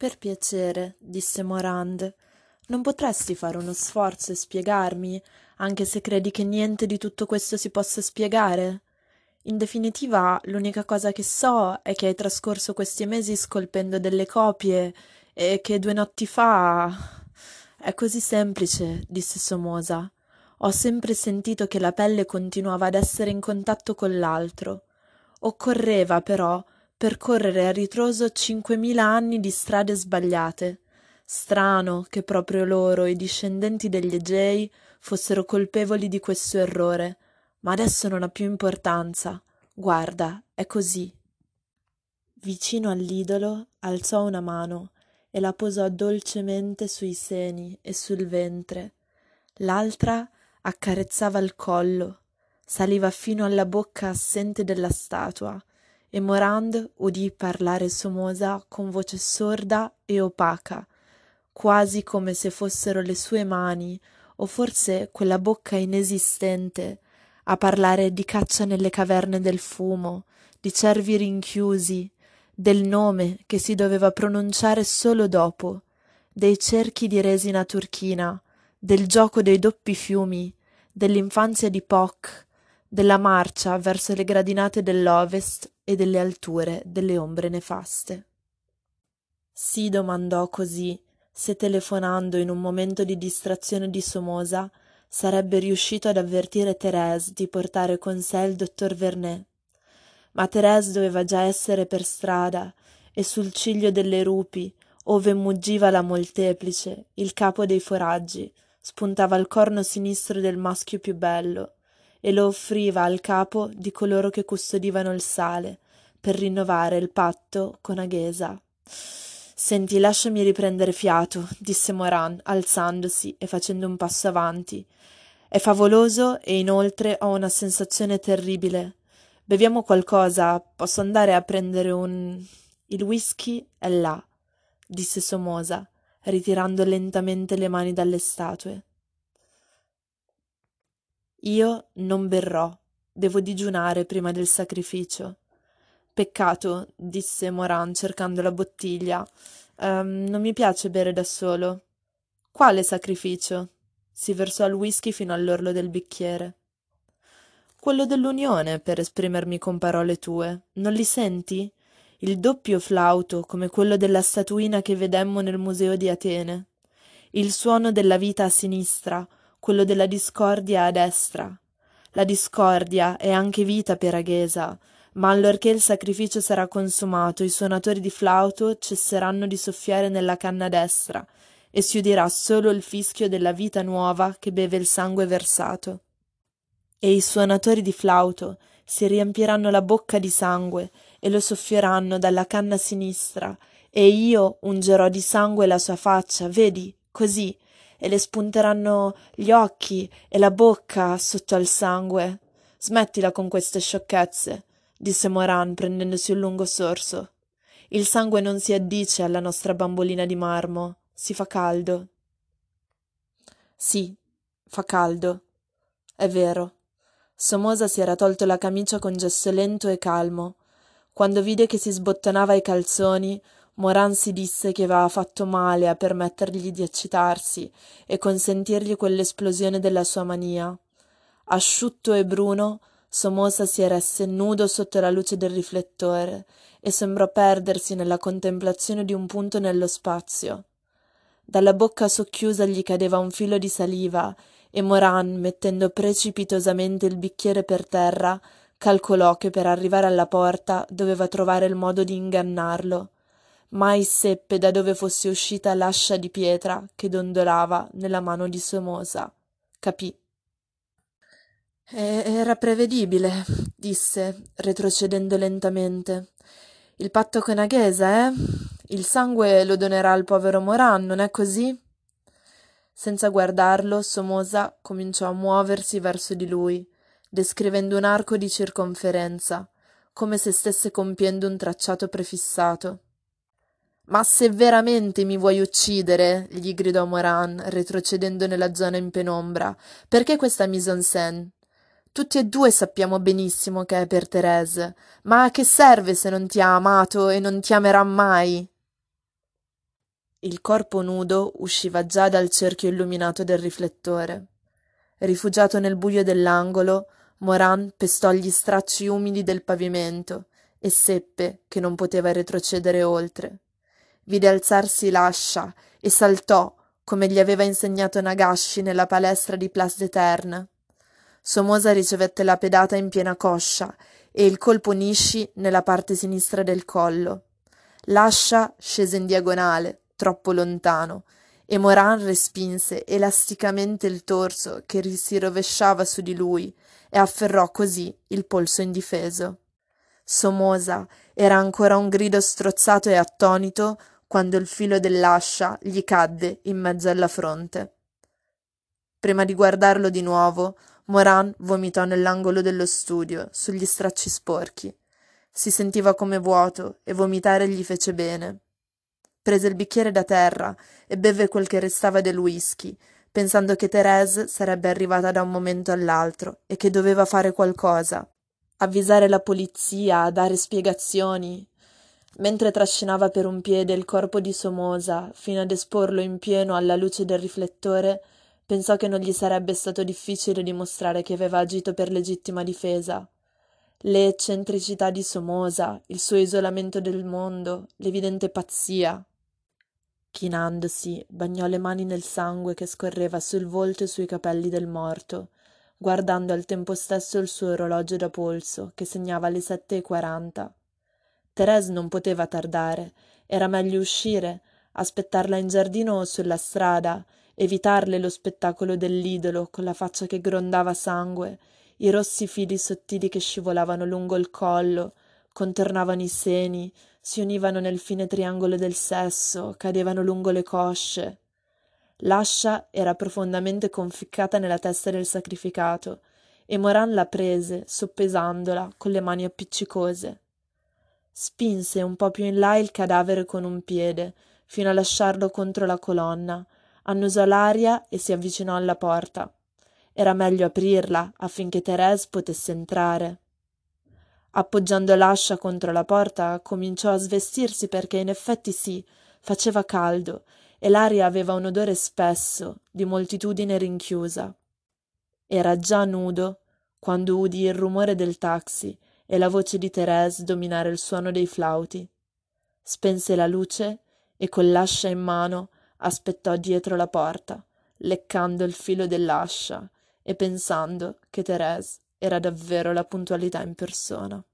Per piacere, disse Morand, non potresti fare uno sforzo e spiegarmi, anche se credi che niente di tutto questo si possa spiegare? In definitiva, l'unica cosa che so è che hai trascorso questi mesi scolpendo delle copie e che 2 notti fa... È così semplice, disse Somoza. Ho sempre sentito che la pelle continuava ad essere in contatto con l'altro. Occorreva, però, percorrere a ritroso 5.000 anni di strade sbagliate. Strano che proprio loro, i discendenti degli Egei, fossero colpevoli di questo errore, ma adesso non ha più importanza. Guarda, è così. Vicino all'idolo alzò una mano e la posò dolcemente sui seni e sul ventre. L'altra accarezzava il collo, saliva fino alla bocca assente della statua, e Morand udì parlare Somoza con voce sorda e opaca, quasi come se fossero le sue mani, o forse quella bocca inesistente, a parlare di caccia nelle caverne del fumo, di cervi rinchiusi, del nome che si doveva pronunciare solo dopo, dei cerchi di resina turchina, del gioco dei doppi fiumi, dell'infanzia di Poc, della marcia verso le gradinate dell'ovest e delle alture delle ombre nefaste. Si domandò così se telefonando in un momento di distrazione di Somoza sarebbe riuscito ad avvertire Thérèse di portare con sé il dottor Vernet. Ma Thérèse doveva già essere per strada e sul ciglio delle rupi, ove muggiva la molteplice, il capo dei foraggi, spuntava il corno sinistro del maschio più bello e lo offriva al capo di coloro che custodivano il sale per rinnovare il patto con Aghesa. Senti, lasciami riprendere fiato, disse Moran, alzandosi e facendo un passo avanti. È favoloso e inoltre ho una sensazione terribile. Beviamo qualcosa? Posso andare a prendere un... Il whisky è là, disse Somoza, ritirando lentamente le mani dalle statue. Io non berrò, devo digiunare prima del sacrificio. Peccato, disse Moran cercando la bottiglia. Non mi piace bere da solo. Quale sacrificio? Si versò il whisky fino all'orlo del bicchiere. Quello dell'unione, per esprimermi con parole tue. Non li senti? Il doppio flauto, come quello della statuina che vedemmo nel museo di Atene. Il suono della vita a sinistra, quello della discordia a destra. La discordia è anche vita per Aghesa, ma allorché il sacrificio sarà consumato, i suonatori di flauto cesseranno di soffiare nella canna destra e si udirà solo il fischio della vita nuova che beve il sangue versato. E i suonatori di flauto si riempiranno la bocca di sangue e lo soffieranno dalla canna sinistra, e io ungerò di sangue la sua faccia, vedi, così, e le spunteranno gli occhi e la bocca sotto al sangue. Smettila con queste sciocchezze, disse Moran prendendosi un lungo sorso. Il sangue non si addice alla nostra bambolina di marmo, si fa caldo. Sì, fa caldo, è vero. Somoza si era tolto la camicia con gesto lento e calmo. Quando vide che si sbottonava i calzoni, Moran si disse che aveva fatto male a permettergli di eccitarsi e consentirgli quell'esplosione della sua mania. Asciutto e bruno, Somoza si eresse nudo sotto la luce del riflettore e sembrò perdersi nella contemplazione di un punto nello spazio. Dalla bocca socchiusa gli cadeva un filo di saliva e Moran, mettendo precipitosamente il bicchiere per terra, calcolò che per arrivare alla porta doveva trovare il modo di ingannarlo. Mai seppe da dove fosse uscita l'ascia di pietra che dondolava nella mano di Somoza. Capì. Era prevedibile, disse, retrocedendo lentamente. Il patto con Aghesa, eh? Il sangue lo donerà al povero Moran, non è così? Senza guardarlo, Somoza cominciò a muoversi verso di lui, descrivendo un arco di circonferenza, come se stesse compiendo un tracciato prefissato. Ma se veramente mi vuoi uccidere, gli gridò Moran, retrocedendo nella zona in penombra, perché questa mise-en-scène? Tutti e due sappiamo benissimo che è per Thérèse, ma a che serve se non ti ha amato e non ti amerà mai? Il corpo nudo usciva già dal cerchio illuminato del riflettore. Rifugiato nel buio dell'angolo, Moran pestò gli stracci umidi del pavimento e seppe che non poteva retrocedere oltre. Vide alzarsi l'ascia e saltò, come gli aveva insegnato Nagashi nella palestra di Place d'Eterne. Somoza ricevette la pedata in piena coscia e il colpo Nishi nella parte sinistra del collo. L'ascia scese in diagonale, troppo lontano, e Moran respinse elasticamente il torso che si rovesciava su di lui e afferrò così il polso indifeso. Somoza era ancora un grido strozzato e attonito quando il filo dell'ascia gli cadde in mezzo alla fronte. Prima di guardarlo di nuovo, Moran vomitò nell'angolo dello studio, sugli stracci sporchi. Si sentiva come vuoto e vomitare gli fece bene. Prese il bicchiere da terra e beve quel che restava del whisky, pensando che Thérèse sarebbe arrivata da un momento all'altro e che doveva fare qualcosa. Avvisare la polizia, dare spiegazioni. Mentre trascinava per un piede il corpo di Somoza fino ad esporlo in pieno alla luce del riflettore, pensò che non gli sarebbe stato difficile dimostrare che aveva agito per legittima difesa. Le eccentricità di Somoza, il suo isolamento del mondo, l'evidente pazzia. Chinandosi, bagnò le mani nel sangue che scorreva sul volto e sui capelli del morto, guardando al tempo stesso il suo orologio da polso, che segnava le 7:40. Thérèse non poteva tardare, era meglio uscire, aspettarla in giardino o sulla strada, evitarle lo spettacolo dell'idolo con la faccia che grondava sangue, i rossi fili sottili che scivolavano lungo il collo, contornavano i seni, si univano nel fine triangolo del sesso, cadevano lungo le cosce. L'ascia era profondamente conficcata nella testa del sacrificato e Moran la prese, soppesandola, con le mani appiccicose. Spinse un po' più in là il cadavere con un piede, fino a lasciarlo contro la colonna, annusò l'aria e si avvicinò alla porta. Era meglio aprirla affinché Thérèse potesse entrare. Appoggiando l'ascia contro la porta, cominciò a svestirsi perché in effetti sì, faceva caldo e l'aria aveva un odore spesso, di moltitudine rinchiusa. Era già nudo quando udì il rumore del taxi e la voce di Thérèse dominare il suono dei flauti. Spense la luce e con l'ascia in mano aspettò dietro la porta, leccando il filo dell'ascia e pensando che Thérèse era davvero la puntualità in persona.